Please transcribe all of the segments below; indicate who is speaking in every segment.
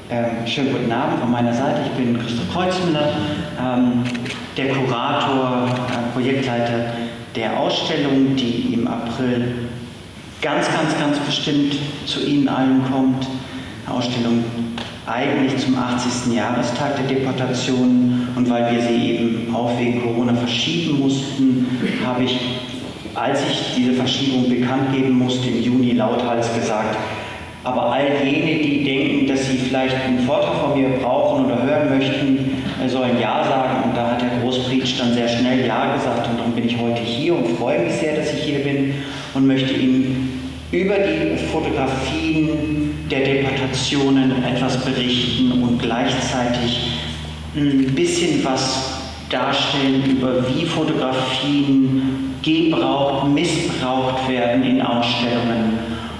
Speaker 1: Schönen guten Abend von meiner Seite. Ich bin Christoph Kreuzmüller, der Kurator, Projektleiter der Ausstellung, die im April ganz bestimmt zu Ihnen allen kommt. Eine Ausstellung eigentlich zum 80. Jahrestag der Deportation, und weil wir sie eben auch wegen Corona verschieben mussten, habe ich, als ich diese Verschiebung bekannt geben musste, im Juni lauthals gesagt: Aber all jene, die denken, dass sie vielleicht einen Vortrag von mir brauchen oder hören möchten, sollen Ja sagen. Und da hat Herr Großprietsch dann sehr schnell Ja gesagt, und darum bin ich heute hier und freue mich sehr, dass ich hier bin und möchte Ihnen über die Fotografien der Deportationen etwas berichten und gleichzeitig ein bisschen was darstellen über, wie Fotografien gebraucht, missbraucht werden in Ausstellungen.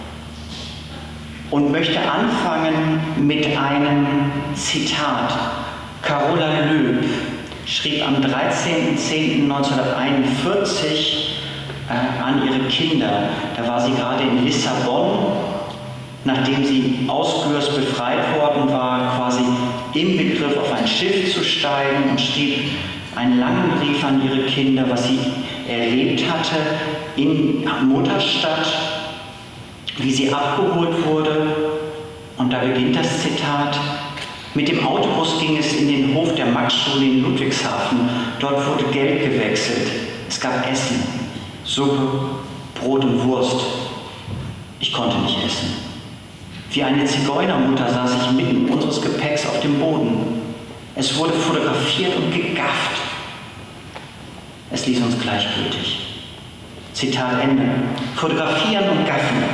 Speaker 1: Und möchte anfangen mit einem Zitat. Carola Loeb schrieb am 13.10.1941 an ihre Kinder. Da war sie gerade in Lissabon, nachdem sie aus Gürs befreit worden war, quasi im Begriff, auf ein Schiff zu steigen, und schrieb einen langen Brief an ihre Kinder, was sie erlebt hatte in Mutterstadt, wie sie abgeholt wurde. Und da beginnt das Zitat: Mit dem Autobus ging es in den Hof der Maxschule in Ludwigshafen. Dort wurde Geld gewechselt. Es gab Essen, Suppe, Brot und Wurst. Ich konnte nicht essen. Wie eine Zigeunermutter saß ich mitten unseres Gepäcks auf dem Boden. Es wurde fotografiert und gegafft. Es ließ uns gleichgültig. Zitat Ende. Fotografieren und gaffen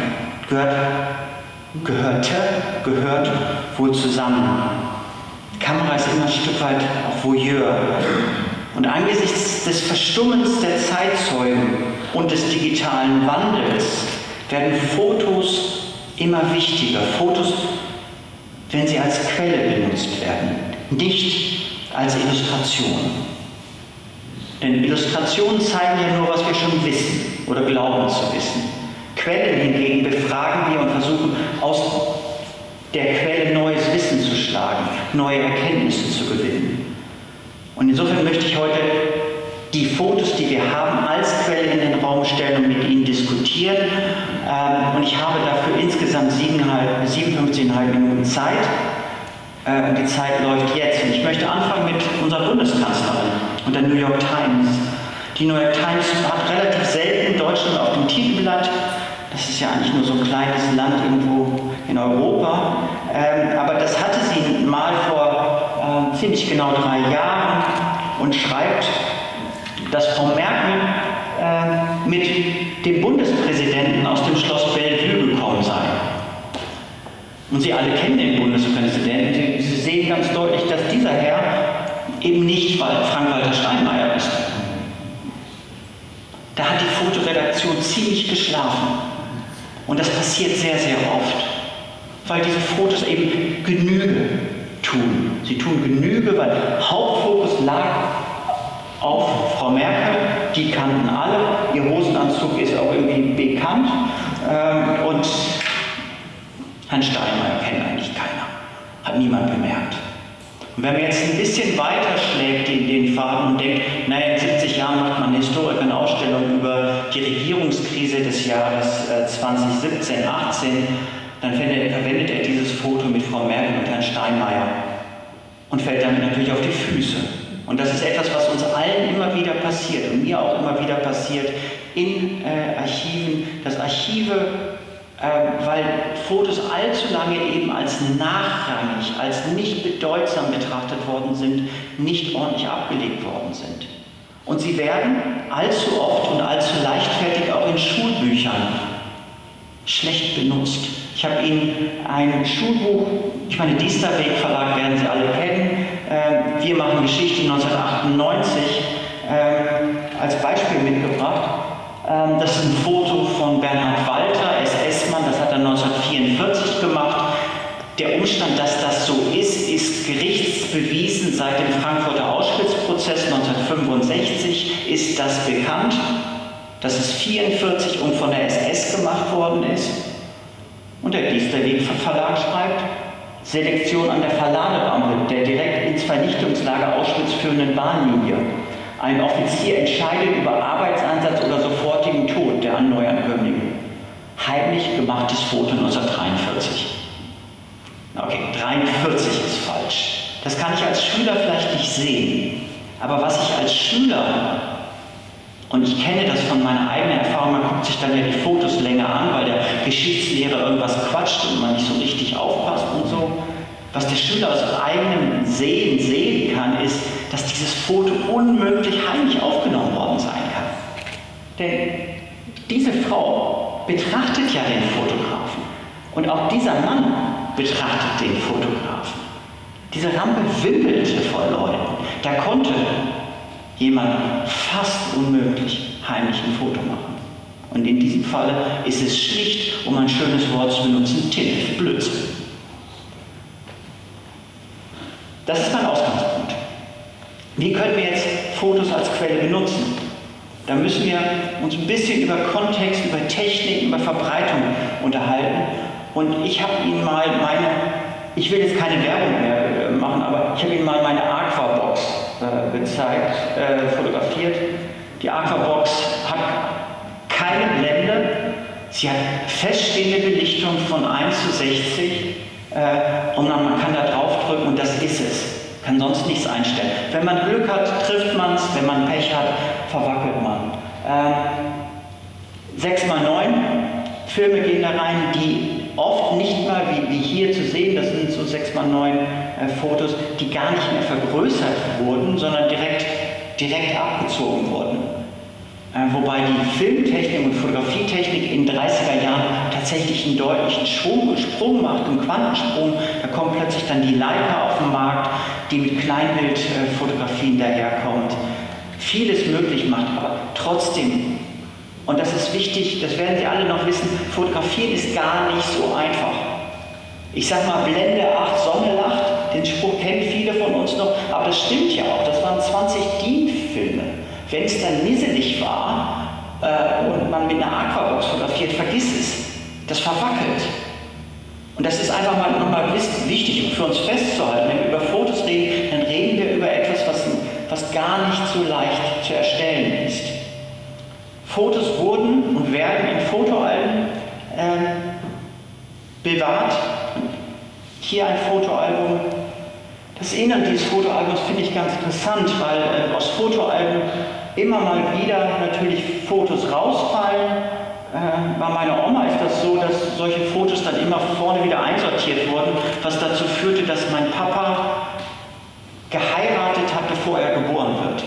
Speaker 1: gehört wohl zusammen. Die Kamera ist immer ein Stück weit auch Voyeur. Und angesichts des Verstummens der Zeitzeugen und des digitalen Wandels werden Fotos immer wichtiger. Fotos, wenn sie als Quelle benutzt werden, nicht als Illustration. Denn Illustrationen zeigen ja nur, was wir schon wissen oder glauben zu wissen. Quellen hingegen befragen wir und versuchen, aus der Quelle neues Wissen zu schlagen, neue Erkenntnisse zu gewinnen. Und insofern möchte ich heute die Fotos, die wir haben, als Quelle in den Raum stellen und mit Ihnen diskutieren. Und ich habe dafür insgesamt 57,5 Minuten Zeit. Und die Zeit läuft jetzt. Und ich möchte anfangen mit unserer Bundeskanzlerin und der New York Times. Die New York Times hat relativ selten Deutschland auf dem Titelblatt. Das ist ja eigentlich nur so ein kleines Land irgendwo in Europa. Aber das hatte sie mal vor ziemlich genau 3 Jahren und schreibt, dass Frau Merkel mit dem Bundespräsidenten aus dem Schloss Bellevue gekommen sei. Und Sie alle kennen den Bundespräsidenten. Sie sehen ganz deutlich, dass dieser Herr eben nicht Frank-Walter Steinmeier ist. Da hat die Fotoredaktion ziemlich geschlafen. Und das passiert sehr oft, weil diese Fotos eben Genüge tun. Sie tun Genüge, weil Hauptfokus lag auf Frau Merkel. Die kannten alle. Ihr Hosenanzug ist auch irgendwie bekannt. Und Herrn Steinmeier kennt eigentlich keiner. Hat niemand bemerkt. Und wenn man jetzt ein bisschen weiter schlägt in den Faden und denkt, naja, in 70 Jahren macht man Historiker eine Ausstellung über die Regierungskrise des Jahres 2017, 18, dann verwendet er dieses Foto mit Frau Merkel und Herrn Steinmeier und fällt damit natürlich auf die Füße. Und das ist etwas, was uns allen immer wieder passiert und mir auch immer wieder passiert in Archiven, dass Archive, weil Fotos allzu lange eben als nachrangig, als nicht bedeutsam betrachtet worden sind, nicht ordentlich abgelegt worden sind. Und sie werden allzu oft und allzu leichtfertig auch in Schulbüchern schlecht benutzt. Ich habe Ihnen ein Schulbuch, ich meine, Diesterweg Verlag werden Sie alle kennen, Wir machen Geschichte 1998, als Beispiel mitgebracht. Das ist ein Foto von Bernhard Walter, SS-Mann, das hat er 1944 gemacht. Der Umstand, dass das so ist gerichtsbewiesen. Seit dem Frankfurter Auschwitz-Prozess 1965 ist das bekannt, dass es 1944 und von der SS gemacht worden ist. Und der Diesterweg Verlag schreibt, Selektion an der Verladerampe der direkt ins Vernichtungslager Auschwitz führenden Bahnlinie. Ein Offizier entscheidet über Arbeitseinsatz oder sofortigen Tod der Neuankömmlinge. Heimlich gemachtes Foto 1943. Okay, 43 ist falsch. Das kann ich als Schüler vielleicht nicht sehen. Aber was ich als Schüler, und ich kenne das von meiner eigenen Erfahrung, man guckt sich dann ja die Fotos länger an, weil der Geschichtslehrer irgendwas quatscht und man nicht so richtig aufpasst und so. Was der Schüler aus eigenem Sehen sehen kann, ist, dass dieses Foto unmöglich heimlich aufgenommen worden sein kann. Denn diese Frau betrachtet ja den Fotografen und auch dieser Mann betrachtet den Fotografen. Diese Rampe wimmelte voll Leuten. Da konnte jemand fast unmöglich heimlich ein Foto machen. Und in diesem Falle ist es schlicht, um ein schönes Wort zu benutzen, Tinte, Blödsinn. Das ist mein Ausgangspunkt. Wie können wir jetzt Fotos als Quelle benutzen? Da müssen wir uns ein bisschen über Kontext, über Technik, über Verbreitung unterhalten. Und ich habe Ihnen mal ich will jetzt keine Werbung mehr machen, aber ich habe Ihnen mal meine Aquabox gezeigt, fotografiert. Die Aquabox hat keine Blende, sie hat feststehende Belichtung von 1:60 und man kann da draufdrücken und das ist es. Kann sonst nichts einstellen. Wenn man Glück hat, trifft man es, wenn man Pech hat, verwackelt man. 6x9 Filme gehen da rein, die oft nicht mal wie hier zu sehen, das sind so 6x9 Fotos, die gar nicht mehr vergrößert wurden, sondern direkt abgezogen wurden. Wobei die Filmtechnik und Fotografietechnik in den 30er Jahren tatsächlich einen deutlichen Sprung macht, einen Quantensprung. Da kommt plötzlich dann die Leica auf den Markt, die mit Kleinbildfotografien daherkommt. Vieles möglich macht, aber trotzdem, und das ist wichtig, das werden Sie alle noch wissen, Fotografieren ist gar nicht so einfach. Ich sag mal, Blende 8, Sonne lacht, den Spruch kennen viele von uns noch, aber das stimmt ja auch, das waren 20 DIN-Filme. Wenn es dann nisselig war und man mit einer Aquabox fotografiert, vergiss es, das verwackelt. Und das ist einfach mal nochmal wichtig für uns festzuhalten. Wenn wir über Fotos reden, dann reden wir über etwas, was gar nicht so leicht zu erstellen ist. Fotos wurden und werden in Fotoalben bewahrt. Hier ein Fotoalbum. Das Innere dieses Fotoalbums finde ich ganz interessant, weil aus Fotoalben immer mal wieder natürlich Fotos rausfallen. Bei meiner Oma ist das so, dass solche Fotos dann immer vorne wieder einsortiert wurden, was dazu führte, dass mein Papa geheiratet hat, bevor er geboren wird.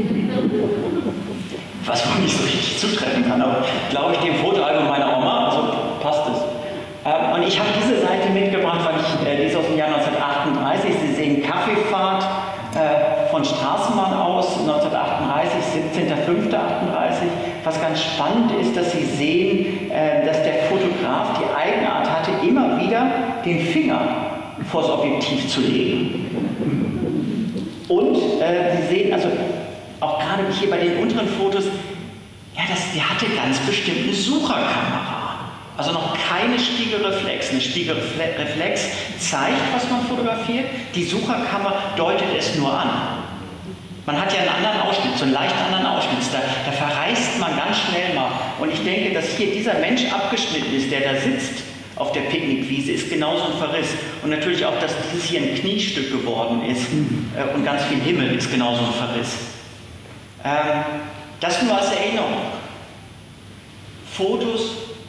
Speaker 1: Was wohl nicht so richtig zutreffen kann, aber glaube ich dem Fotoalbum meiner Oma, also passt es. Und ich habe diese Seite mitgebracht, weil die ist aus dem Jahr 1938. Sie sehen Kaffeefahrt von Straßenbahn aus, 1938, 17.05.38. Was ganz spannend ist, dass Sie sehen, dass der Fotograf die Eigenart hatte, immer wieder den Finger vors Objektiv zu legen. Und Sie sehen, also auch gerade hier bei den unteren Fotos, ja, der hatte ganz bestimmt eine Sucherkamera. Also noch keine Spiegelreflex. Eine Spiegelreflex zeigt, was man fotografiert. Die Sucherkammer deutet es nur an. Man hat ja einen anderen Ausschnitt, so einen leicht anderen Ausschnitt. Da verreist man ganz schnell mal. Und ich denke, dass hier dieser Mensch abgeschnitten ist, der da sitzt auf der Picknickwiese, ist genauso ein Verriss. Und natürlich auch, dass dieses hier ein Kniestück geworden ist und ganz viel Himmel ist genauso ein Verriss. Das nur als Erinnerung. Fotos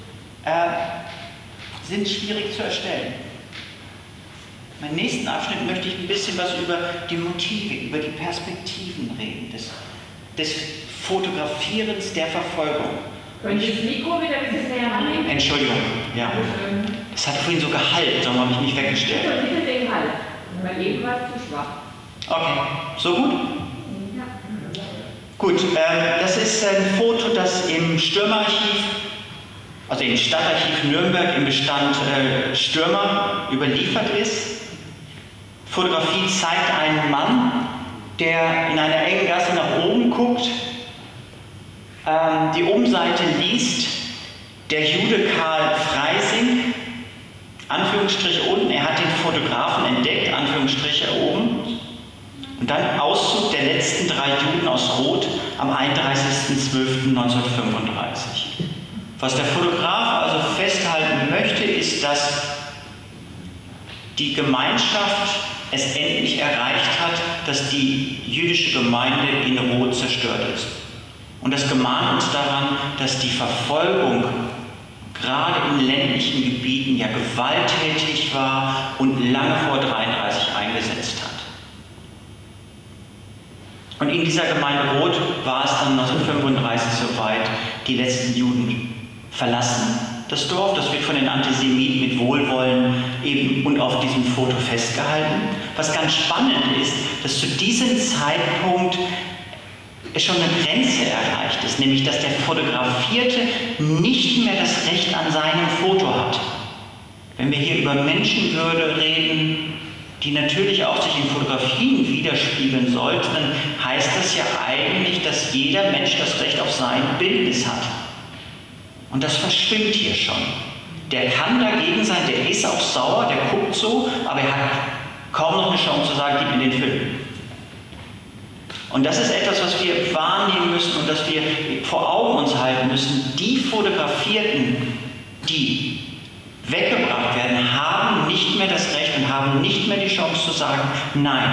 Speaker 1: sind schwierig zu erstellen. Im nächsten Abschnitt möchte ich ein bisschen was über die Motive, über die Perspektiven reden, des Fotografierens der Verfolgung.
Speaker 2: Können Sie das Mikro wieder ein bisschen näher annehmen?
Speaker 1: Entschuldigung, ja. Das hat vorhin so gehalten, darum habe ich mich weggestellt.
Speaker 2: Bitte den Halt, weil eben war es zu schwach.
Speaker 1: Okay, so gut?
Speaker 2: Ja.
Speaker 1: Gut, das ist ein Foto, das im Stürmerarchiv, also im Stadtarchiv Nürnberg im Bestand Stürmer überliefert ist. Fotografie zeigt einen Mann, der in einer engen Gasse nach oben guckt, die Obenseite liest, der Jude Karl Freising, Anführungsstrich unten, er hat den Fotografen entdeckt, Anführungsstriche oben. Und dann Auszug der letzten 3 Juden aus Roth am 31.12.1935. Was der Fotograf also festhalten möchte, ist, dass die Gemeinschaft es endlich erreicht hat, dass die jüdische Gemeinde in Roth zerstört ist. Und das gemahnt uns daran, dass die Verfolgung gerade in ländlichen Gebieten ja gewalttätig war und lange vor 1933 eingesetzt hat. Und in dieser Gemeinde Roth war es dann 1935 soweit, die letzten Juden verlassen das Dorf. Das wird von den Antisemiten mit Wohlwollen eben und auf diesem Foto festgehalten. Was ganz spannend ist, dass zu diesem Zeitpunkt es schon eine Grenze erreicht ist, nämlich dass der Fotografierte nicht mehr das Recht an seinem Foto hat. Wenn wir hier über Menschenwürde reden, die natürlich auch sich in Fotografien widerspiegeln sollte, dann heißt das ja eigentlich, dass jeder Mensch das Recht auf sein Bildnis hat. Und das verschwimmt hier schon. Der kann dagegen sein, der ist auch sauer, der guckt so, aber er hat kaum noch eine Chance zu sagen, gib mir den Film. Und das ist etwas, was wir wahrnehmen müssen und das wir vor Augen uns halten müssen. Die Fotografierten, die weggebracht werden, haben nicht mehr das Recht und haben nicht mehr die Chance zu sagen, nein.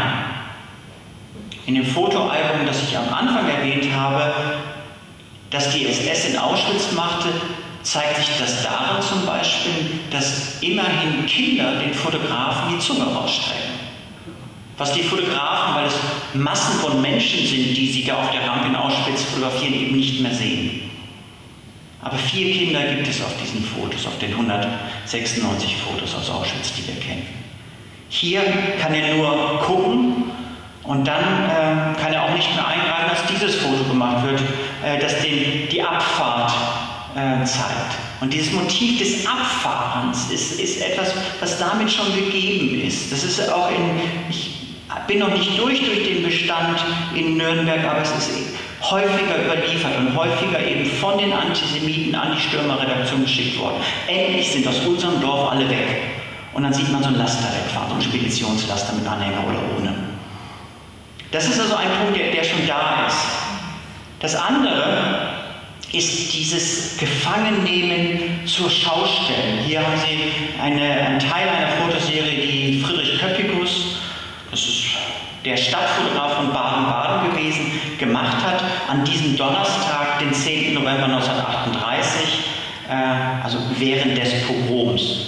Speaker 1: In dem Fotoalbum, das ich am Anfang erwähnt habe, das die SS in Auschwitz machte, zeigt sich das darin zum Beispiel, dass immerhin Kinder den Fotografen die Zunge rausstrecken. Was die Fotografen, weil es Massen von Menschen sind, die sie da auf der Rampe in Auschwitz fotografieren, eben nicht mehr sehen. Aber 4 Kinder gibt es auf diesen Fotos, auf den 196 Fotos aus Auschwitz, die wir kennen. Hier kann er nur gucken und dann kann er auch nicht mehr eingreifen, dass dieses Foto gemacht wird, das die Abfahrt zeigt. Und dieses Motiv des Abfahrens ist etwas, was damit schon gegeben ist. Das ist auch ich bin noch nicht durch den Bestand in Nürnberg, aber es ist häufiger überliefert und häufiger eben von den Antisemiten an die Stürmerredaktion geschickt worden. Endlich sind aus unserem Dorf alle weg. Und dann sieht man so ein Laster wegfahren, so ein Speditionslaster mit Anhänger oder ohne. Das ist also ein Punkt, der schon da ist. Das andere ist dieses Gefangennehmen zur Schaustellen. Hier haben Sie einen Teil einer Fotoserie, die Friedrich Köppikus, das ist der Stadtfotograf von Baden-Baden gewesen, gemacht hat, an diesem Donnerstag, den 10. November 1938, also während des Pogroms.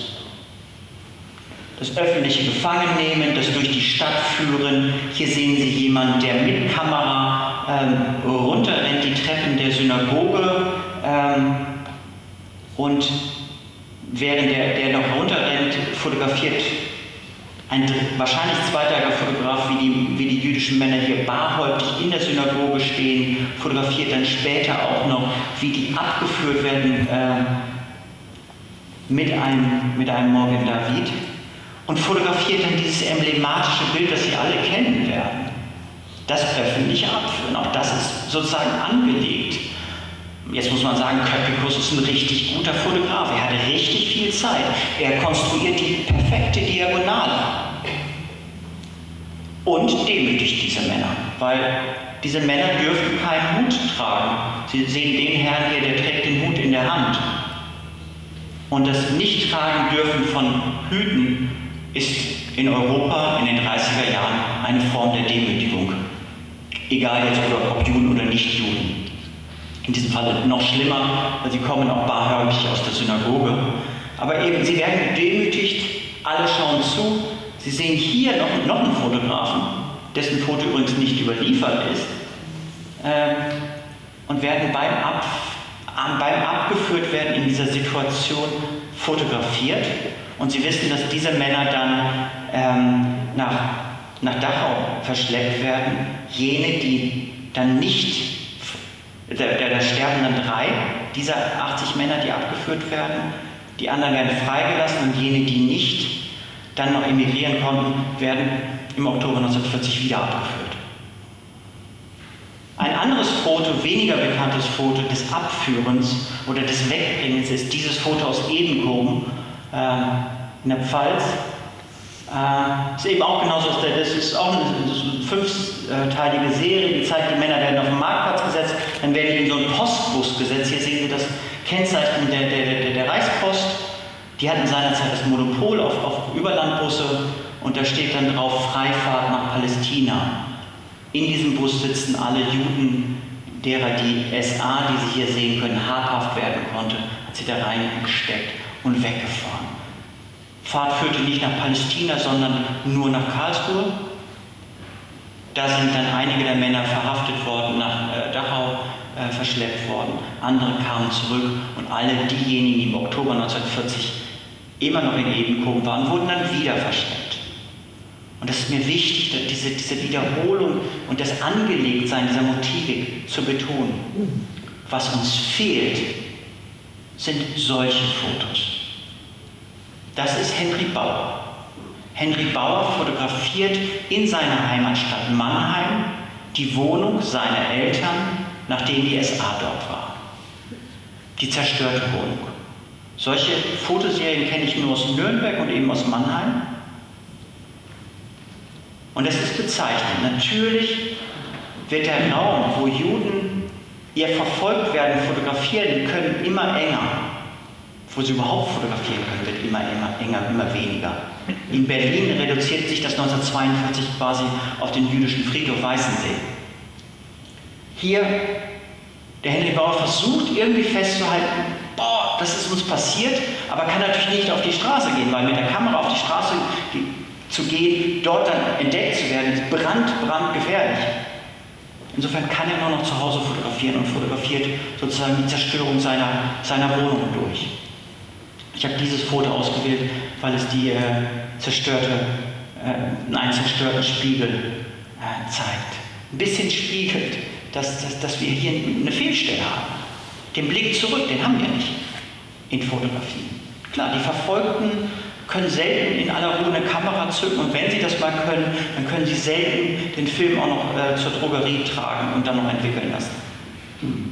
Speaker 1: Das öffentliche Gefangennehmen, das durch die Stadt führen. Hier sehen Sie jemanden, der mit Kamera runterrennt die Treppen der Synagoge und während der noch runterrennt, fotografiert ein wahrscheinlich zweiter Fotograf, wie die jüdischen Männer hier barhäuptig in der Synagoge stehen, fotografiert dann später auch noch, wie die abgeführt werden mit einem Morgen David und fotografiert dann dieses emblematische Bild, das Sie alle kennen werden. Das öffentliche Abführen, auch das ist sozusagen angelegt. Jetzt muss man sagen, Köppikus ist ein richtig guter Fotograf. Er hatte richtig viel Zeit. Er konstruiert die perfekte Diagonale. Und demütigt diese Männer, weil diese Männer dürfen keinen Hut tragen. Sie sehen den Herrn hier, der trägt den Hut in der Hand. Und das Nicht-Tragen dürfen von Hüten ist in Europa in den 30er Jahren eine Form der Demütigung. Egal jetzt ob Juden oder Nicht-Juden. In diesem Fall noch schlimmer, weil sie kommen auch barhäuptig aus der Synagoge. Aber eben, sie werden gedemütigt, alle schauen zu. Sie sehen hier noch einen Fotografen, dessen Foto übrigens nicht überliefert ist, und werden beim abgeführt werden in dieser Situation fotografiert. Und Sie wissen, dass diese Männer dann nach Dachau verschleppt werden. Jene, die dann nicht, da sterben dann 3 dieser 80 Männer, die abgeführt werden. Die anderen werden freigelassen und jene, die nicht dann noch emigrieren konnten, werden im Oktober 1940 wieder abgeführt. Ein anderes Foto, weniger bekanntes Foto des Abführens oder des Wegbringens ist dieses Foto aus Edenkoben, in der Pfalz. Ist eben auch genauso, das ist auch eine 5-teilige Serie, die zeigt, die Männer werden auf den Marktplatz gesetzt, dann werden die in so einen Postbus gesetzt. Hier sehen Sie das Kennzeichen der Reichspost. Die hatten seinerzeit das Monopol auf Überlandbusse und da steht dann drauf Freifahrt nach Palästina. In diesem Bus sitzen alle Juden, derer die SA, die Sie hier sehen können, habhaft werden konnte, hat sie da reingesteckt und weggefahren. Fahrt führte nicht nach Palästina, sondern nur nach Karlsruhe. Da sind dann einige der Männer verhaftet worden, nach Dachau verschleppt worden. Andere kamen zurück und alle diejenigen, die im Oktober 1940 immer noch in Edenkoben waren, wurden dann wieder verschleppt. Und das ist mir wichtig, diese Wiederholung und das Angelegtsein dieser Motivik zu betonen. Was uns fehlt, sind solche Fotos. Das ist Henry Bauer. Henry Bauer fotografiert in seiner Heimatstadt Mannheim die Wohnung seiner Eltern, nachdem die SA dort war. Die zerstörte Wohnung. Solche Fotoserien kenne ich nur aus Nürnberg und eben aus Mannheim. Und das ist bezeichnend. Natürlich wird der Raum, wo Juden ihr verfolgt werden, fotografieren können, immer enger. Wo sie überhaupt fotografieren können, wird immer enger, immer weniger. In Berlin reduziert sich das 1942 quasi auf den jüdischen Friedhof Weißensee. Hier, der Henry Bauer versucht irgendwie festzuhalten, boah, das ist uns passiert, aber kann natürlich nicht auf die Straße gehen, weil mit der Kamera auf die Straße zu gehen, dort dann entdeckt zu werden, ist brandgefährlich. Insofern kann er nur noch zu Hause fotografieren und fotografiert sozusagen die Zerstörung seiner Wohnung durch. Ich habe dieses Foto ausgewählt, weil es einen zerstörten Spiegel zeigt. Ein bisschen spiegelt, dass wir hier eine Fehlstelle haben. Den Blick zurück, den haben wir nicht in Fotografie. Klar, die Verfolgten können selten in aller Ruhe eine Kamera zücken und wenn sie das mal können, dann können sie selten den Film auch noch zur Drogerie tragen und dann noch entwickeln lassen.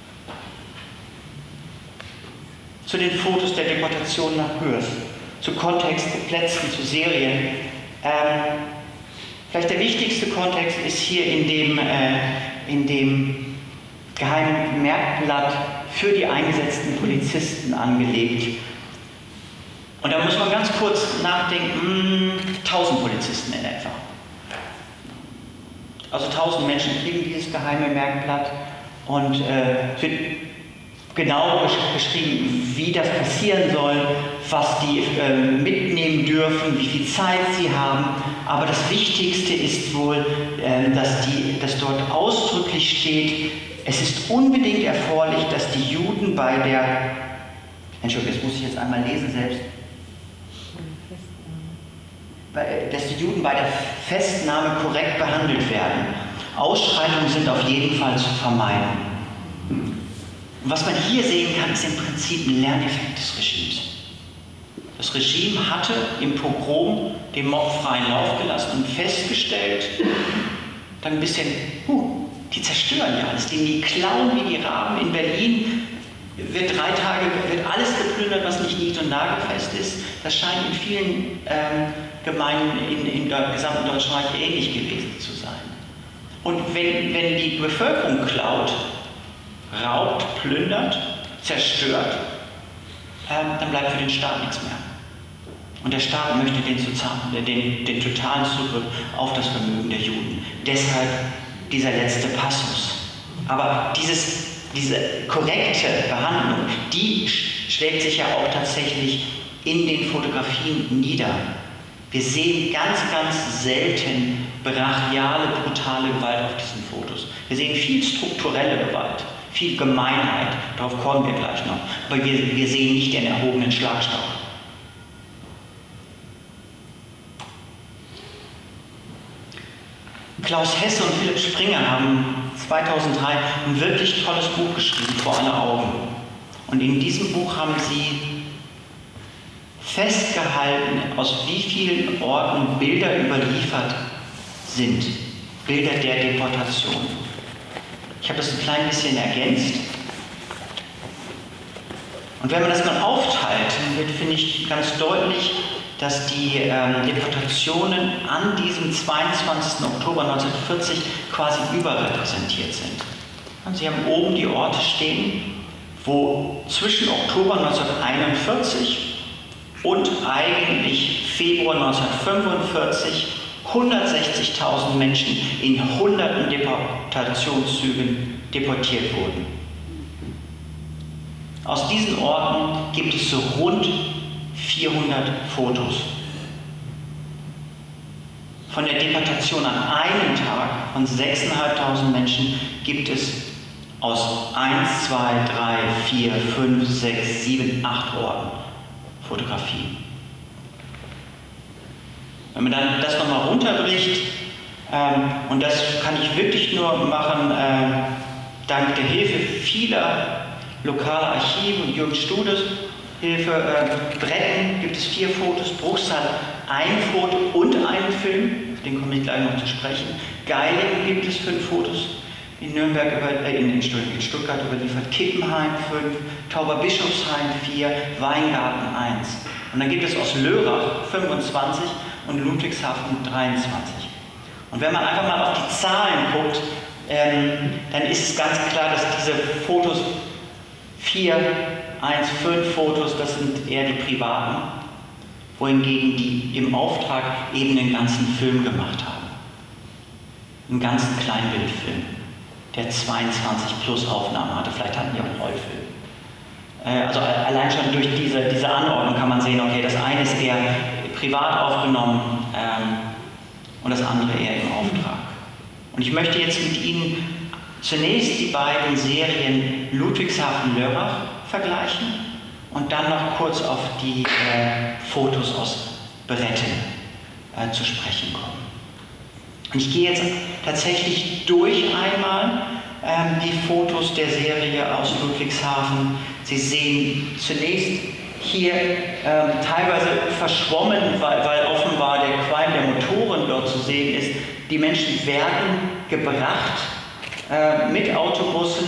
Speaker 1: Zu den Fotos der Deportation nach Hörs, zu Kontextplätzen, zu Serien. Vielleicht der wichtigste Kontext ist hier in dem geheimen Merkblatt für die eingesetzten Polizisten angelegt. Und da muss man ganz kurz nachdenken, 1000 Polizisten in etwa. Also 1000 Menschen kriegen dieses geheime Merkblatt und wird genau beschrieben, wie das passieren soll, was die mitnehmen dürfen, wie viel Zeit sie haben. Aber das Wichtigste ist wohl, dass dort ausdrücklich steht, es ist unbedingt erforderlich, dass die Juden bei der, Entschuldigung, das muss ich jetzt einmal lesen selbst, dass die Juden bei der Festnahme korrekt behandelt werden. Ausschreitungen sind auf jeden Fall zu vermeiden. Und was man hier sehen kann, ist im Prinzip ein Lerneffekt des Regimes. Das Regime hatte im Pogrom den Mob freien Lauf gelassen und festgestellt, dann ein bisschen, die zerstören ja alles, die klauen wie die Raben. In Berlin wird 3 Tage alles geplündert, was nicht nied- und nagelfest ist. Das scheint in vielen Gemeinden in der gesamten Deutschen Reich ähnlich gewesen zu sein. Und wenn die Bevölkerung klaut, raubt, plündert, zerstört, dann bleibt für den Staat nichts mehr. Und der Staat möchte den totalen Zugriff auf das Vermögen der Juden. Deshalb dieser letzte Passus. Aber diese korrekte Behandlung, die schlägt sich ja auch tatsächlich in den Fotografien nieder. Wir sehen ganz, ganz selten brachiale, brutale Gewalt auf diesen Fotos. Wir sehen viel strukturelle Gewalt, viel Gemeinheit, darauf kommen wir gleich noch. Aber wir sehen nicht den erhobenen Schlagstock. Klaus Hesse und Philipp Springer haben 2003 ein wirklich tolles Buch geschrieben, Vor aller Augen. Und in diesem Buch haben sie festgehalten, aus wie vielen Orten Bilder überliefert sind. Bilder der Deportation. Ich habe das ein klein bisschen ergänzt. Und wenn man das dann aufteilt, wird, finde ich, ganz deutlich, dass die Deportationen an diesem 22. Oktober 1940 quasi überrepräsentiert sind. Und Sie haben oben die Orte stehen, wo zwischen Oktober 1941 und eigentlich Februar 1945 160.000 Menschen in hunderten Deportationszügen deportiert wurden. Aus diesen Orten gibt es so rund 400 Fotos. Von der Deportation an einem Tag von 6.500 Menschen gibt es aus 1, 2, 3, 4, 5, 6, 7, 8 Orten Fotografien. Wenn man dann das nochmal runterbricht, und das kann ich wirklich nur machen, dank der Hilfe vieler lokaler Archive und Jürgen Studes Hilfe, Bretten gibt es 4 Fotos, Bruchsal 1 Foto und einen Film, auf den komme ich gleich noch zu sprechen. Geilingen gibt es 5 Fotos, in Nürnberg in Stuttgart überliefert, Kippenheim 5, Tauberbischofsheim 4, Weingarten 1. Und dann gibt es aus Lörrach 25 und Ludwigshafen 23. Und wenn man einfach mal auf die Zahlen guckt, dann ist es ganz klar, dass diese Fotos 4, 1, 5 Fotos, das sind eher die privaten, wohingegen die im Auftrag eben den ganzen Film gemacht haben. Einen ganzen Kleinbildfilm, der 22 plus Aufnahmen hatte. Vielleicht hatten die auch einen Rollfilm. Also allein schon durch diese Anordnung kann man sehen, okay, das eine ist eher privat aufgenommen und das andere eher im Auftrag. Und ich möchte jetzt mit Ihnen zunächst die beiden Serien Ludwigshafen-Lörrach vergleichen und dann noch kurz auf die Fotos aus Bretten zu sprechen kommen. Und ich gehe jetzt tatsächlich durch einmal die Fotos der Serie aus Ludwigshafen. Sie sehen zunächst hier teilweise verschwommen, weil offenbar der Qualm der Motoren dort zu sehen ist. Die Menschen werden gebracht mit Autobussen.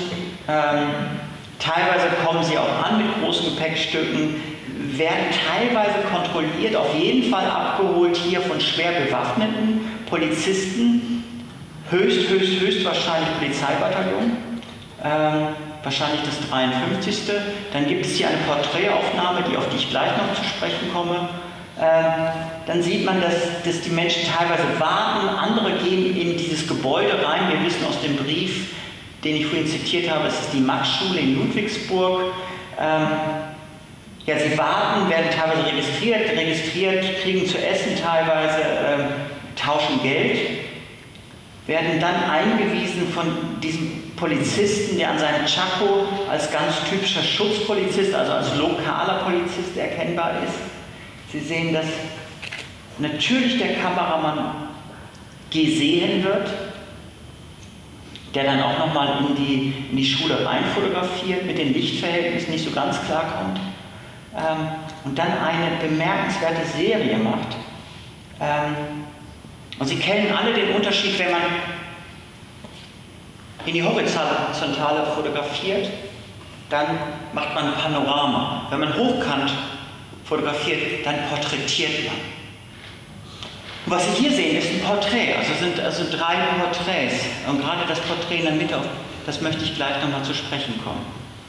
Speaker 1: Teilweise kommen sie auch an mit großen Gepäckstücken, werden teilweise kontrolliert, auf jeden Fall abgeholt hier von schwer bewaffneten Polizisten, höchstwahrscheinlich Polizeibataillon, wahrscheinlich das 53. Dann gibt es hier eine Porträtaufnahme, auf die ich gleich noch zu sprechen komme. Dann sieht man, dass die Menschen teilweise warten, andere gehen in dieses Gebäude rein. Wir wissen aus dem Brief, den ich vorhin zitiert habe, es ist die Max-Schule in Ludwigsburg. Ja, sie warten, werden teilweise registriert, kriegen zu essen teilweise, tauschen Geld, werden dann eingewiesen von diesem Polizisten, der an seinem Tschako als ganz typischer Schutzpolizist, also als lokaler Polizist erkennbar ist. Sie sehen, dass natürlich der Kameramann gesehen wird, der dann auch nochmal in die Schule rein fotografiert, mit den Lichtverhältnissen nicht so ganz klarkommt, und dann eine bemerkenswerte Serie macht. Und Sie kennen alle den Unterschied, wenn man in die Horizontale fotografiert, dann macht man ein Panorama. Wenn man hochkant fotografiert, dann porträtiert man. Und was Sie hier sehen, ist ein Porträt, sind 3 Porträts. Und gerade das Porträt in der Mitte, auf das möchte ich gleich nochmal zu sprechen kommen.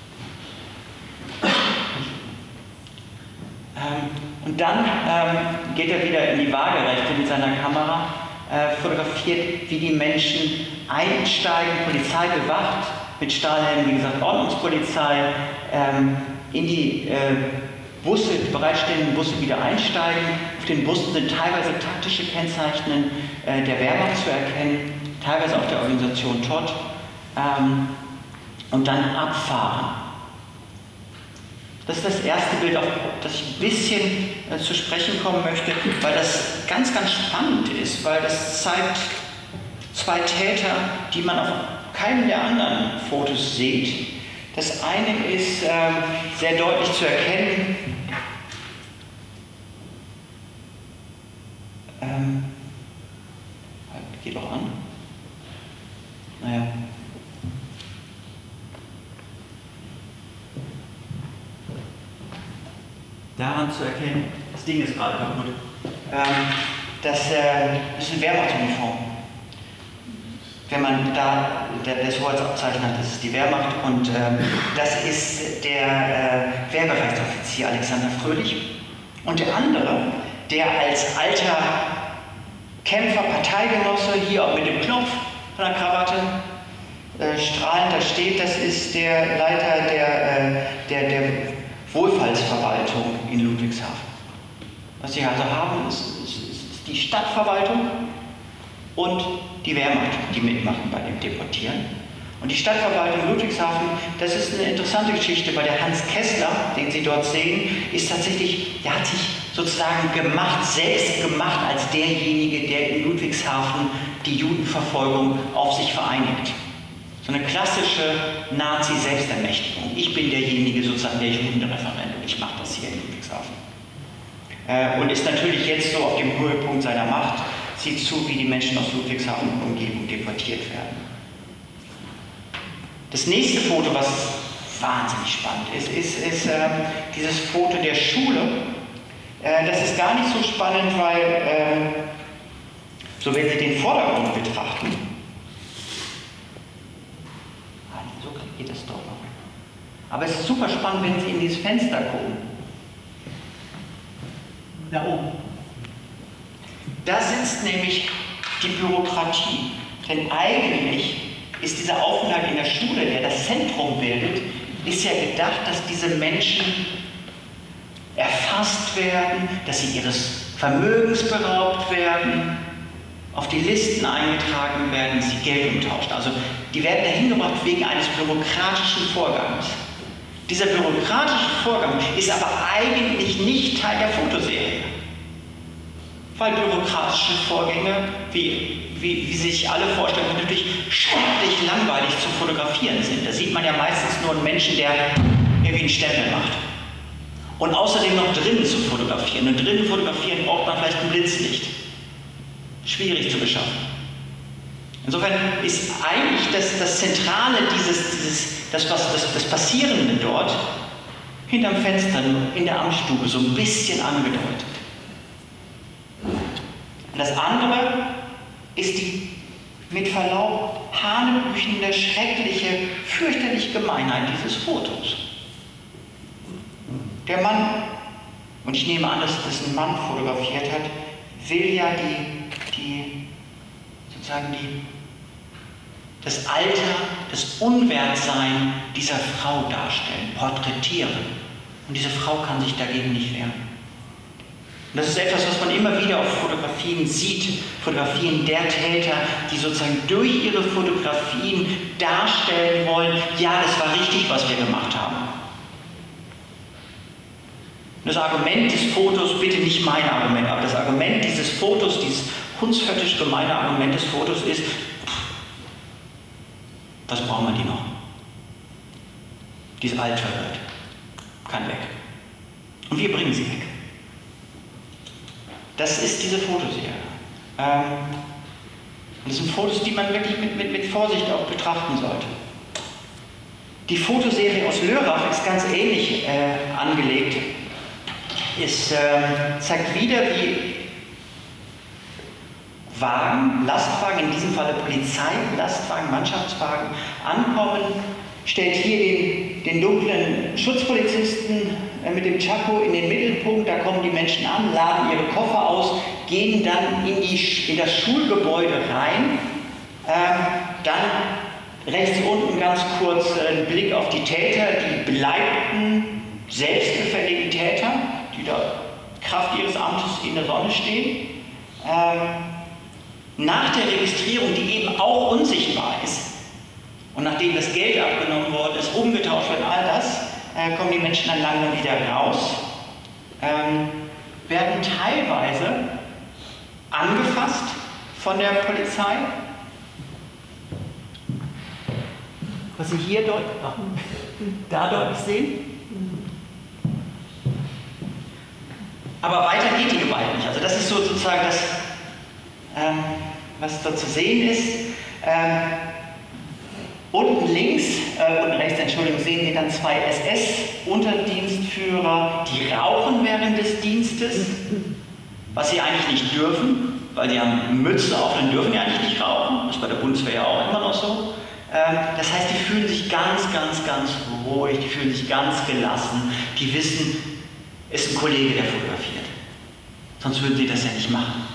Speaker 1: Und dann geht er wieder in die Waagerechte mit seiner Kamera, fotografiert, wie die Menschen einsteigen, Polizei bewacht, mit Stahlhelmen, wie gesagt, Ordnungspolizei, in die bereitstehenden Busse wieder einsteigen. Auf den Bussen sind teilweise taktische Kennzeichen der Wehrmacht zu erkennen, teilweise auch der Organisation Todt, und dann abfahren. Das ist das erste Bild, auf das ich ein bisschen zu sprechen kommen möchte, weil das ganz, ganz spannend ist, weil das zeigt 2 Täter, die man auf keinem der anderen Fotos sieht. Das eine ist sehr deutlich zu erkennen. Geht auch an. Naja. Daran zu erkennen, das Das Ding ist gerade kaputt. Das ist eine Wehrmachtsuniform. Wenn man da das Hoheitsabzeichen hat, das ist die Wehrmacht und das ist der Wehrbereichsoffizier Alexander Fröhlich. Und der andere, der als alter Kämpfer, Parteigenosse, hier auch mit dem Knopf von der Krawatte strahlend da steht, das ist der Leiter der Wohlfahrtsverwaltung in Ludwigshafen. Was sie also haben, ist die Stadtverwaltung und die Wehrmacht, die mitmachen bei dem Deportieren. Und die Stadtverwaltung Ludwigshafen, das ist eine interessante Geschichte, weil der Hans Kessler, den Sie dort sehen, ist tatsächlich, der hat sich sozusagen selbst gemacht als derjenige, der in Ludwigshafen die Judenverfolgung auf sich vereinigt. So eine klassische Nazi-Selbstermächtigung. Ich bin derjenige, sozusagen der Judenreferent, ich mache das hier in Ludwigshafen. Und ist natürlich jetzt so auf dem Höhepunkt seiner Macht, sieht zu, wie die Menschen aus Ludwigshafen und Umgebung deportiert werden. Das nächste Foto, was wahnsinnig spannend ist dieses Foto der Schule. Das ist gar nicht so spannend, weil, so wenn Sie den Vordergrund betrachten, so geht es doch noch. Aber es ist super spannend, wenn Sie in dieses Fenster gucken. Da oben. Da sitzt nämlich die Bürokratie. Denn eigentlich ist dieser Aufenthalt in der Schule, der das Zentrum bildet, ist ja gedacht, dass diese Menschen erfasst werden, dass sie ihres Vermögens beraubt werden, auf die Listen eingetragen werden, dass sie Geld umtauscht. Also die werden dahin gebracht wegen eines bürokratischen Vorgangs. Dieser bürokratische Vorgang ist aber eigentlich nicht Teil der Fotoserie. Weil bürokratische Vorgänge, wie sich alle vorstellen, natürlich schrecklich langweilig zu fotografieren sind. Da sieht man ja meistens nur einen Menschen, der irgendwie einen Stempel macht. Und außerdem noch drinnen zu fotografieren. Und drinnen fotografieren braucht man vielleicht ein Blitzlicht. Schwierig zu beschaffen. Insofern ist eigentlich das Zentrale das Passierende dort hinterm Fenster in der Amtsstube so ein bisschen angedeutet. Und das andere ist die, mit Verlaub, hanebüchende, schreckliche, fürchterliche Gemeinheit dieses Fotos. Der Mann, und ich nehme an, dass das ein Mann fotografiert hat, will ja das Alter, das Unwertsein dieser Frau darstellen, porträtieren. Und diese Frau kann sich dagegen nicht wehren. Und das ist etwas, was man immer wieder auf Fotografien sieht. Fotografien der Täter, die sozusagen durch ihre Fotografien darstellen wollen, ja, das war richtig, was wir gemacht haben. Und das Argument des Fotos, bitte nicht mein Argument, aber das Argument dieses Fotos, dieses hundsföttisch gemeine Argument des Fotos ist, was brauchen wir die noch? Die ist alt verwirrt. Kann weg. Und wir bringen sie weg. Das ist diese Fotoserie. Und das sind Fotos, die man wirklich mit Vorsicht auch betrachten sollte. Die Fotoserie aus Lörrach ist ganz ähnlich angelegt. Es zeigt wieder, wie Wagen, Lastwagen, in diesem Falle Polizei, Lastwagen, Mannschaftswagen, ankommen, stellt hier den dunklen Schutzpolizisten mit dem Chaco in den Mittelpunkt, da kommen die Menschen an, laden ihre Koffer aus, gehen dann in das Schulgebäude rein, dann rechts unten ganz kurz ein Blick auf die Täter, die beleibten, selbstgefälligen Täter, die da Kraft ihres Amtes in der Sonne stehen. Nach der Registrierung, die eben auch unsichtbar ist, und nachdem das Geld abgenommen worden ist, umgetauscht wird, all das, kommen die Menschen dann langsam wieder raus, werden teilweise angefasst von der Polizei. Was Sie hier da deutlich sehen. Aber weiter geht die Gewalt nicht. Also das ist sozusagen das, was dort zu sehen ist. Unten links, unten rechts, Entschuldigung, sehen Sie dann 2 SS-Unterdienstführer, die rauchen während des Dienstes, was sie eigentlich nicht dürfen, weil die haben Mütze auf, dann dürfen die eigentlich nicht rauchen. Das ist bei der Bundeswehr ja auch immer noch so. Das heißt, die fühlen sich ganz ruhig, die fühlen sich ganz gelassen, die wissen, ist ein Kollege, der fotografiert. Sonst würden sie das ja nicht machen.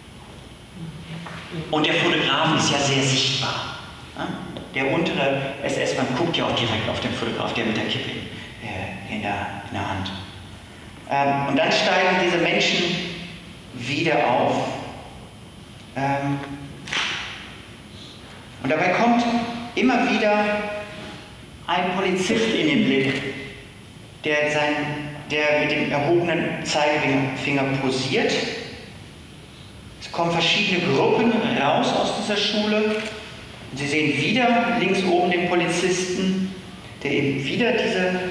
Speaker 1: Und der Fotograf ist ja sehr sichtbar. Der untere SS-Mann guckt ja auch direkt auf den Fotograf, der mit der Kippe in der Hand. Und dann steigen diese Menschen wieder auf. Und dabei kommt immer wieder ein Polizist in den Blick, der mit dem erhobenen Zeigefinger posiert. Es kommen verschiedene Gruppen raus aus dieser Schule. Und Sie sehen wieder links oben den Polizisten, der eben wieder das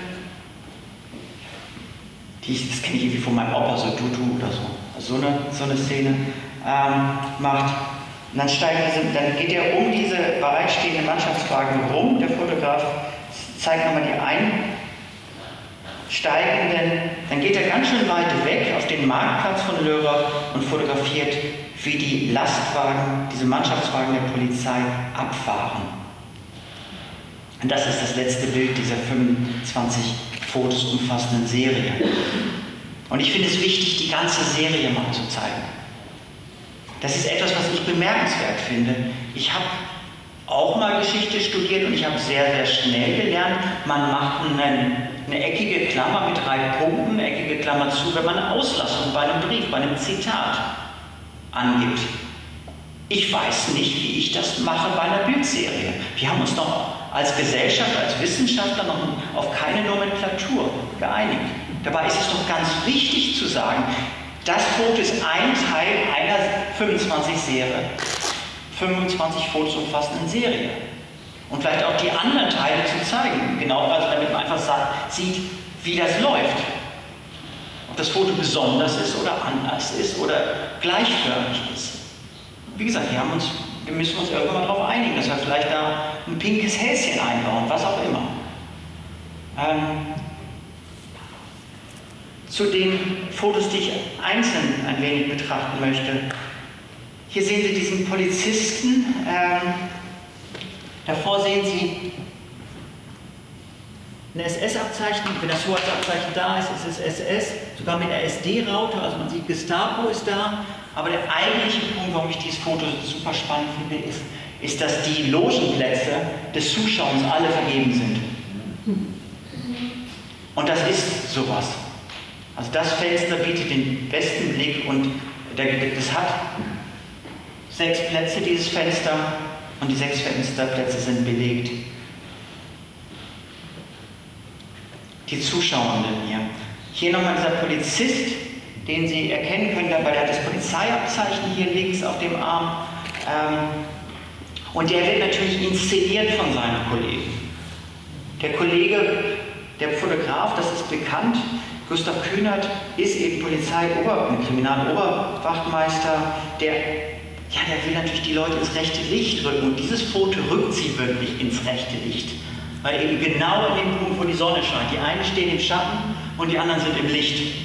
Speaker 1: kenne ich irgendwie von meinem Opa, so Dudu oder so, so eine Szene macht. Und dann geht er um diese bereitstehenden Mannschaftswagen rum, der Fotograf zeigt nochmal die Einsteigenden, dann geht er ganz schön weit weg auf den Marktplatz von Lörrach und fotografiert, wie die Lastwagen, diese Mannschaftswagen der Polizei abfahren. Und das ist das letzte Bild dieser 25 Fotos umfassenden Serie. Und ich finde es wichtig, die ganze Serie mal zu zeigen. Das ist etwas, was ich bemerkenswert finde. Ich habe auch mal Geschichte studiert und ich habe sehr schnell gelernt, man macht eine eckige Klammer mit 3 Punkten, eine eckige Klammer zu, wenn man eine Auslassung bei einem Brief, bei einem Zitat angibt. Ich weiß nicht, wie ich das mache bei einer Bildserie. Wir haben uns noch als Gesellschaft, als Wissenschaftler noch auf keine Nomenklatur geeinigt. Dabei ist es doch ganz wichtig zu sagen, das Foto ist ein Teil einer 25 Fotos umfassenden Serie. Und vielleicht auch die anderen Teile zu zeigen, genau, also damit man einfach sieht, wie das läuft. Ob das Foto besonders ist oder anders ist oder gleichförmig ist. Wie gesagt, wir müssen uns irgendwann mal darauf einigen, dass wir vielleicht da ein pinkes Häschen einbauen, was auch immer. Zu den Fotos, die ich einzeln ein wenig betrachten möchte. Hier sehen Sie diesen Polizisten. Davor sehen Sie ein SS-Abzeichen. Wenn das Hoheitsabzeichen da ist, ist es SS, sogar mit der SD-Raute, also man sieht, Gestapo ist da. Aber der eigentliche Punkt, warum ich dieses Foto super spannend finde, ist, dass die Logenplätze des Zuschauers alle vergeben sind. Und das ist sowas. Also das Fenster bietet den besten Blick und das hat 6 Plätze, dieses Fenster, und die 6 Fensterplätze sind belegt. Die Zuschauenden hier. Hier nochmal dieser Polizist, den Sie erkennen können, weil er hat das Polizeiabzeichen hier links auf dem Arm. Und der wird natürlich inszeniert von seinen Kollegen. Der Kollege, der Fotograf, das ist bekannt, Gustav Kühnert ist eben Kriminaloberwachtmeister, der will natürlich die Leute ins rechte Licht rücken. Und dieses Foto rückt sie wirklich ins rechte Licht. Weil eben genau in dem Punkt, wo die Sonne scheint. Die einen stehen im Schatten und die anderen sind im Licht.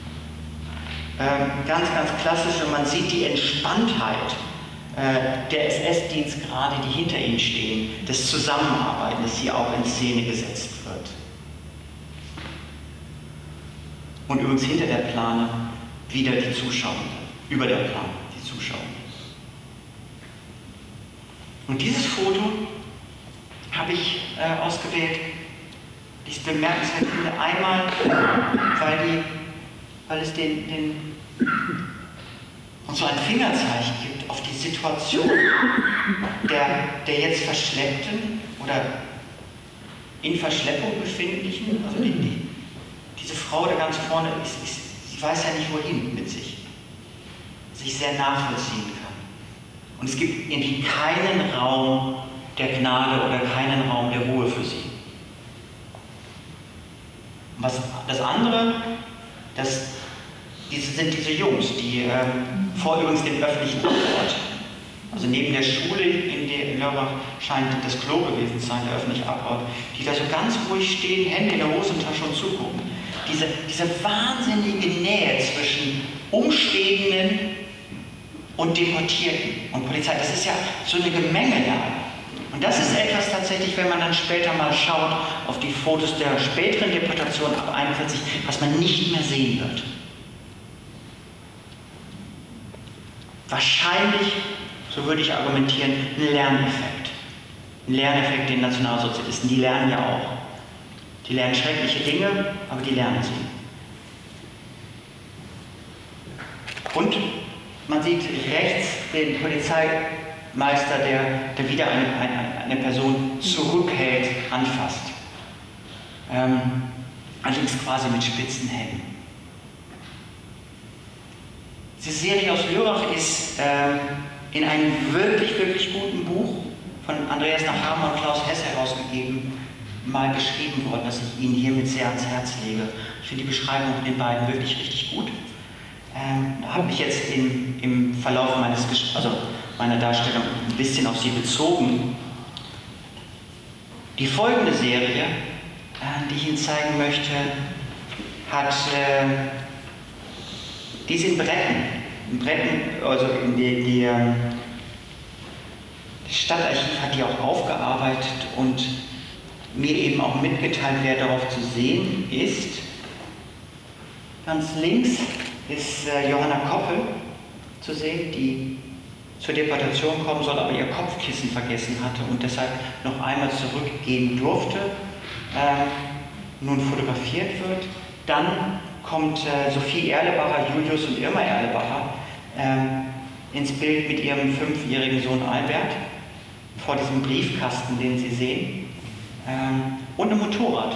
Speaker 1: Ganz klassisch, und man sieht die Entspanntheit der SS-Dienstgrade, die hinter ihnen stehen, das Zusammenarbeiten, das hier auch in Szene gesetzt wird. Und übrigens hinter der Plane wieder die Zuschauenden, über der Plane die Zuschauenden. Und dieses Foto habe ich ausgewählt, die ich bemerkenswert finde, einmal, weil es uns so ein Fingerzeichen gibt auf die Situation der jetzt Verschleppten oder in Verschleppung befindlichen, also diese Frau da ganz vorne, sie weiß ja nicht wohin mit sich sehr nachvollziehen kann. Und es gibt irgendwie keinen Raum der Gnade oder keinen Raum der Ruhe für sie. Was das andere, sind diese Jungs, die vor übrigens dem öffentlichen Ort, also neben der Schule in Lörrach scheint das Klo gewesen zu sein, der öffentlich abbaut, die da so ganz ruhig stehen, Hände in der Hosentasche und zugucken. Diese wahnsinnige Nähe zwischen Umstehenden und Deportierten und Polizei, das ist ja so eine Gemengelage. Und das ist etwas tatsächlich, wenn man dann später mal schaut auf die Fotos der späteren Deportation ab 41, was man nicht mehr sehen wird. Wahrscheinlich, so würde ich argumentieren, ein Lerneffekt. Ein Lerneffekt den Nationalsozialisten, die lernen ja auch. Die lernen schreckliche Dinge, aber die lernen sie. Und man sieht rechts den Polizeimeister, der wieder eine Person zurückhält, anfasst. Allerdings quasi mit spitzen Händen. Die Serie aus Lörrach ist in einem wirklich, wirklich guten Buch von Andreas Nachhammer und Klaus Hess herausgegeben, mal geschrieben worden, das ich Ihnen hiermit sehr ans Herz lege. Ich finde die Beschreibung von den beiden wirklich richtig gut. Habe mich jetzt im Verlauf meiner Darstellung ein bisschen auf sie bezogen. Die folgende Serie, die ich Ihnen zeigen möchte, die ist in Bretten, also das Stadtarchiv hat die auch aufgearbeitet und mir eben auch mitgeteilt, wer darauf zu sehen ist. Ganz links ist Johanna Koppel zu sehen, die zur Deportation kommen soll, aber ihr Kopfkissen vergessen hatte und deshalb noch einmal zurückgehen durfte, nun fotografiert wird. Dann kommt Sophie Erlebacher, Julius und Irma Erlebacher ins Bild mit ihrem 5-jährigen Sohn Albert vor diesem Briefkasten, den Sie sehen, und einem Motorrad.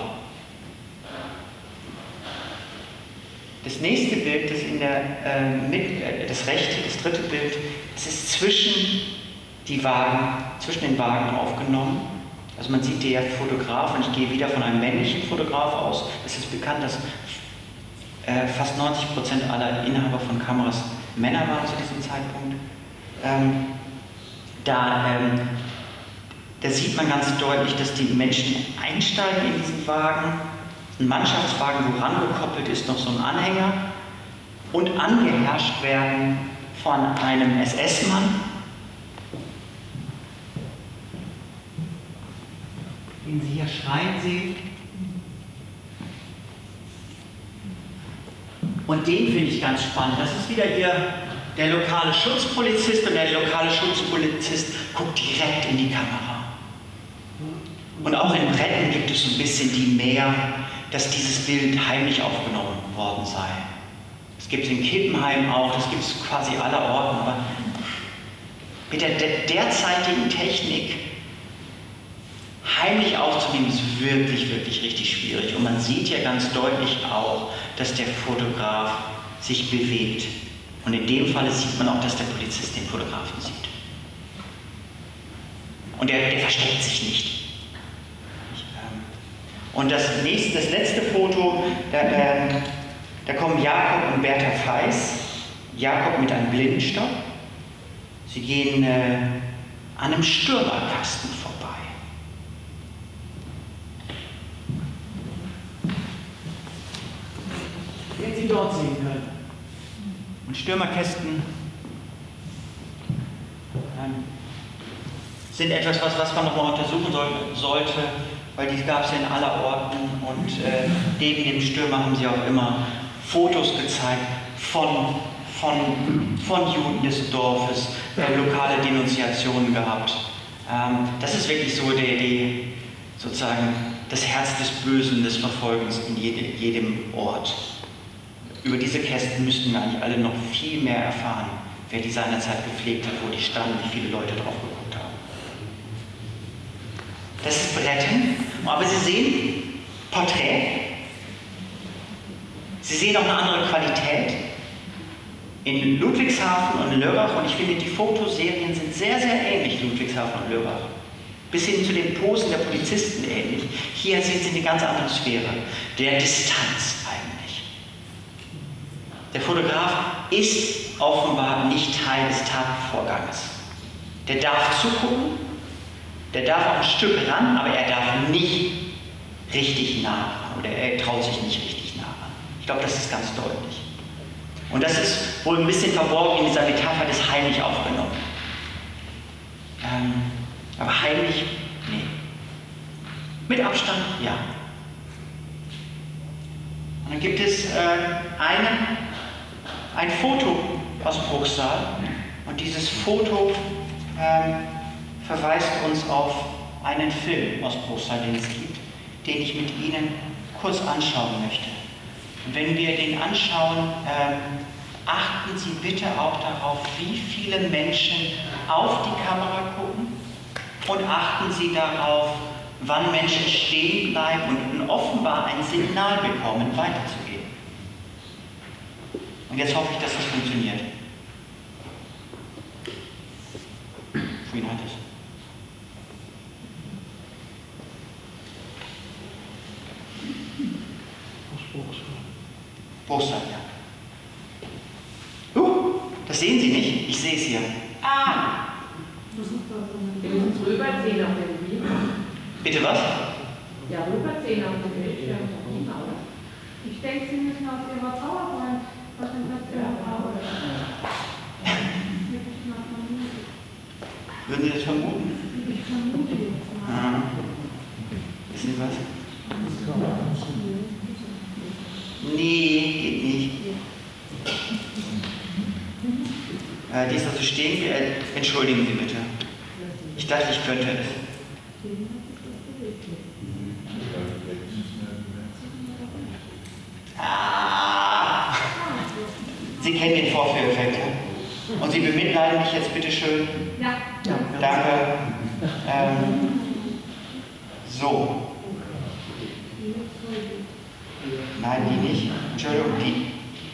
Speaker 1: Das nächste Bild, das rechte, das dritte Bild, das ist zwischen den Wagen aufgenommen. Also man sieht der Fotograf, und ich gehe wieder von einem männlichen Fotograf aus. Es ist bekannt, dass fast 90% aller Inhaber von Kameras Männer waren zu diesem Zeitpunkt. Da sieht man ganz deutlich, dass die Menschen einsteigen in diesen Wagen. Ein Mannschaftswagen, wo rangekoppelt ist noch so ein Anhänger, und angeherrscht werden von einem SS-Mann, den Sie hier schreien sehen. Und den finde ich ganz spannend. Das ist wieder hier der lokale Schutzpolizist, und der lokale Schutzpolizist guckt direkt in die Kamera. Und auch in Bretten gibt es so ein bisschen die Mehr, dass dieses Bild heimlich aufgenommen worden sei. Es gibt es in Kippenheim auch, das gibt es quasi allerorten, aber mit der derzeitigen Technik heimlich aufzunehmen ist wirklich, wirklich richtig schwierig. Und man sieht ja ganz deutlich auch, dass der Fotograf sich bewegt. Und in dem Fall sieht man auch, dass der Polizist den Fotografen sieht. Und der versteckt sich nicht. Und das letzte Foto, da kommen Jakob und Bertha Feiß. Jakob mit einem Blindenstock. Sie gehen an einem Stürmerkasten vorbei. Den Sie dort sehen können. Und Stürmerkästen sind etwas, was man nochmal untersuchen sollte, weil die gab es ja in aller Orten, und neben dem Stürmer haben sie auch immer Fotos gezeigt von Juden des Dorfes, lokale Denunziationen gehabt. Das ist wirklich so sozusagen das Herz des Bösen, des Verfolgens in jedem Ort. Über diese Kästen müssten wir eigentlich alle noch viel mehr erfahren, wer die seinerzeit gepflegt hat, wo die standen, wie viele Leute drauf geguckt haben. Das ist Bretten, aber Sie sehen Porträt. Sie sehen auch eine andere Qualität in Ludwigshafen und Lörrach, und ich finde, die Fotoserien sind sehr, sehr ähnlich, Ludwigshafen und Lörrach. Bis hin zu den Posen der Polizisten ähnlich. Hier sehen Sie eine ganz andere Sphäre, der Distanz eigentlich. Der Fotograf ist offenbar nicht Teil des Tatvorgangs. Der darf zugucken, Der darf auch ein Stück ran, aber er darf nicht richtig nah ran. Oder er traut sich nicht richtig nah ran. Ich glaube, das ist ganz deutlich. Und das ist wohl ein bisschen verborgen in dieser Metapher des heimlich aufgenommen. Aber heimlich, nee. Mit Abstand, ja. Und dann gibt es ein Foto aus Bruchsal. Und dieses Foto verweist uns auf einen Film aus Bruchsal, den es gibt, den ich mit Ihnen kurz anschauen möchte. Und wenn wir den anschauen, achten Sie bitte auch darauf, wie viele Menschen auf die Kamera gucken und achten Sie darauf, wann Menschen stehen bleiben und offenbar ein Signal bekommen, weiterzugehen. Und jetzt hoffe ich, dass das funktioniert. Wohin hat es? Bruchsal, ja. Das sehen Sie nicht? Ich sehe es hier. Ah!
Speaker 2: Wir müssen rüberziehen auf den Beamer.
Speaker 1: Bitte was?
Speaker 2: Ja, rüberziehen auf den Bildschirm. Oder?
Speaker 3: Ich denke, Sie müssen auf Ihrer PowerPoint-Präsentation bauen.
Speaker 1: Würden Sie das vermuten?
Speaker 3: Ich vermute jetzt mal.
Speaker 1: Wissen Sie was? Nee, geht nicht. Die ist also stehen. Entschuldigen Sie bitte. Ich dachte, ich könnte es. Ah! Sie kennen den Vorführeffekt. Und Sie bemitleiden mich jetzt bitte schön.
Speaker 3: Ja.
Speaker 1: Danke. So. Nein, die nicht. Entschuldigung, die.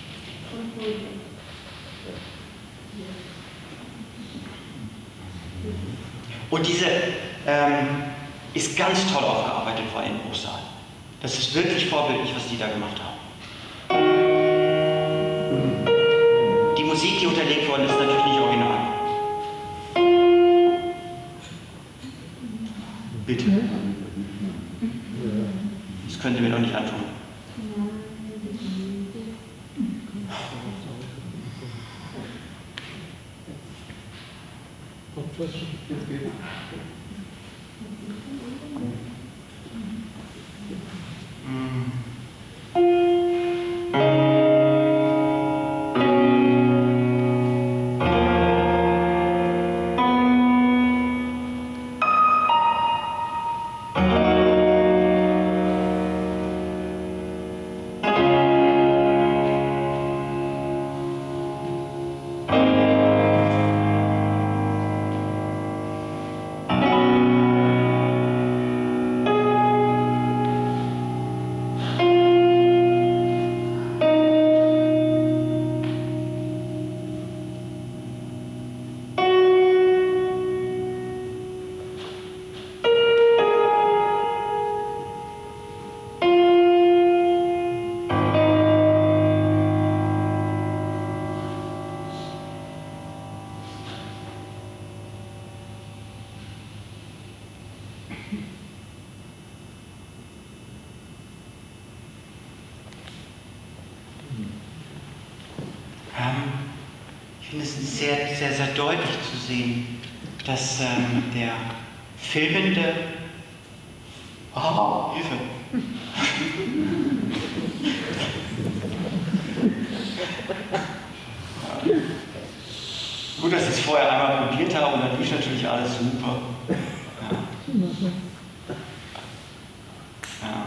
Speaker 1: Und diese ist ganz toll aufgearbeitet worden in Bruchsal. Das ist wirklich vorbildlich, was die da gemacht haben. Die Musik, die unterlegt worden ist, natürlich nicht original. Bitte. Das können Sie mir doch nicht antun. Ich finde es sehr, sehr, sehr deutlich zu sehen, dass der filmende... Oh, Hilfe! Gut, dass ich es vorher einmal probiert habe und dann lief natürlich alles super. Ja.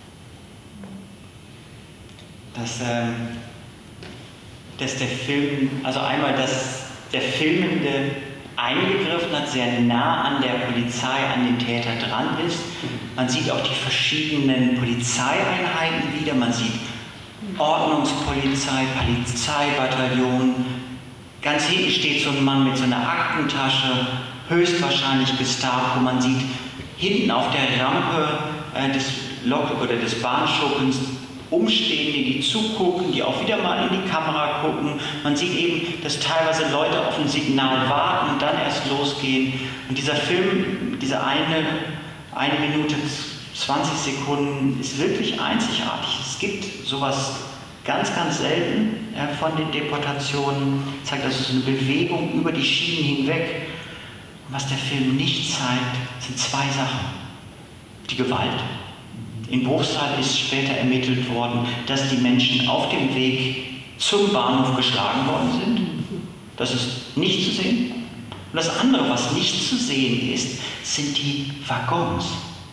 Speaker 1: Dass der Film, also einmal, dass der Filmende eingegriffen hat, sehr nah an der Polizei, an den Täter dran ist. Man sieht auch die verschiedenen Polizeieinheiten wieder, man sieht Ordnungspolizei, Polizeibataillon. Ganz hinten steht so ein Mann mit so einer Aktentasche, höchstwahrscheinlich Gestapo. Man sieht hinten auf der Rampe des Bahnschuppens Umstehenden, die zugucken, die auch wieder mal in die Kamera gucken. Man sieht eben, dass teilweise Leute auf ein Signal warten und dann erst losgehen. Und dieser Film, diese eine Minute 20 Sekunden ist wirklich einzigartig. Es gibt sowas ganz, ganz selten von den Deportationen. Es zeigt also so eine Bewegung über die Schienen hinweg. Und was der Film nicht zeigt, sind zwei Sachen. Die Gewalt. In Bruchsal ist später ermittelt worden, dass die Menschen auf dem Weg zum Bahnhof geschlagen worden sind. Das ist nicht zu sehen. Und das andere, was nicht zu sehen ist, sind die Waggons.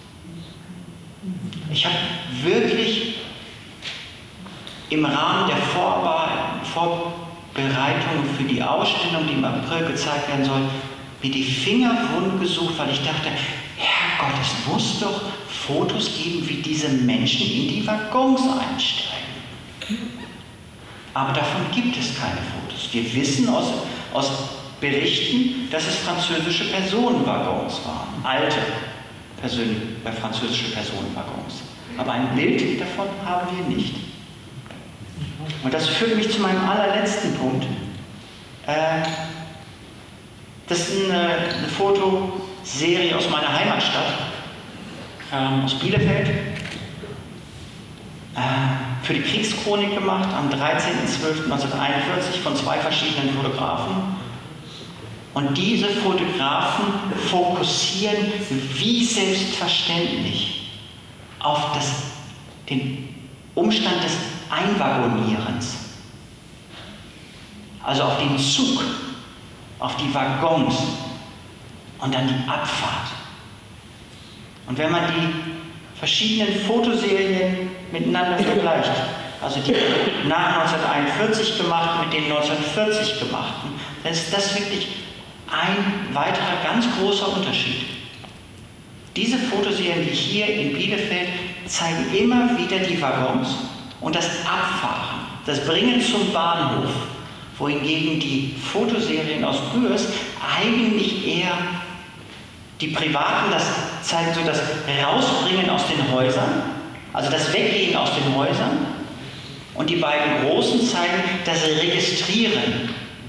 Speaker 1: Ich habe wirklich im Rahmen der Vorbereitung für die Ausstellung, die im April gezeigt werden soll, mir die Finger wund gesucht, weil ich dachte, Herrgott, es muss doch Fotos geben, wie diese Menschen in die Waggons einsteigen. Aber davon gibt es keine Fotos. Wir wissen aus Berichten, dass es französische Personenwaggons waren, alte französische Personenwaggons. Aber ein Bild davon haben wir nicht. Und das führt mich zu meinem allerletzten Punkt. Das ist eine Fotoserie aus meiner Heimatstadt, aus Bielefeld, für die Kriegschronik gemacht, am 13.12.1941 von 2 verschiedenen Fotografen. Und diese Fotografen fokussieren wie selbstverständlich auf den Umstand des Einwaggonierens, also auf den Zug, auf die Waggons und dann die Abfahrt. Und wenn man die verschiedenen Fotoserien miteinander vergleicht, also die nach 1941 gemacht mit den 1940 gemachten, dann ist das wirklich ein weiterer ganz großer Unterschied. Diese Fotoserien wie hier in Bielefeld zeigen immer wieder die Waggons und das Abfahren, das Bringen zum Bahnhof, wohingegen die Fotoserien aus Bürs eigentlich eher die Privaten, das zeigen so das Rausbringen aus den Häusern, also das Weggehen aus den Häusern, und die beiden Großen zeigen das Registrieren,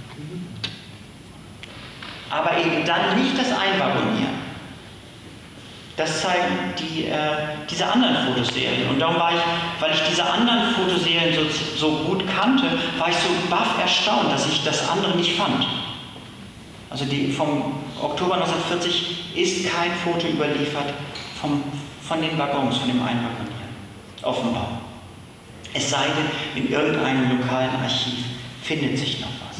Speaker 1: aber eben dann nicht das Einwaggonieren. Das zeigen diese anderen Fotoserien. Und darum weil ich diese anderen Fotoserien so gut kannte, war ich so baff erstaunt, dass ich das andere nicht fand. Also vom Oktober 1940 ist kein Foto überliefert von den Waggons, von dem Einwaggonieren. Offenbar. Es sei denn, in irgendeinem lokalen Archiv findet sich noch was.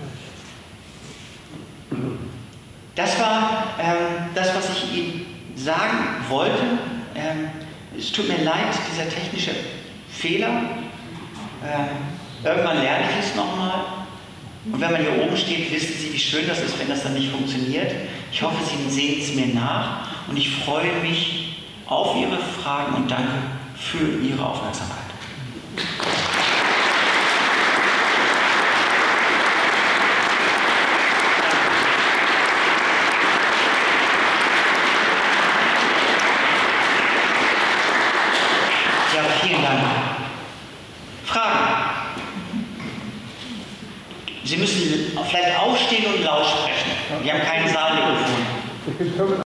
Speaker 1: Das war das, was ich Ihnen sagen wollte. Es tut mir leid, dieser technische Fehler. Irgendwann lerne ich es nochmal. Und wenn man hier oben steht, wissen Sie, wie schön das ist, wenn das dann nicht funktioniert. Ich hoffe, Sie sehen es mir nach und ich freue mich auf Ihre Fragen und danke für Ihre Aufmerksamkeit. Ja, vielen Dank. Fragen? Sie müssen vielleicht aufstehen und laut sprechen. Wir haben kein Saalmikrofon.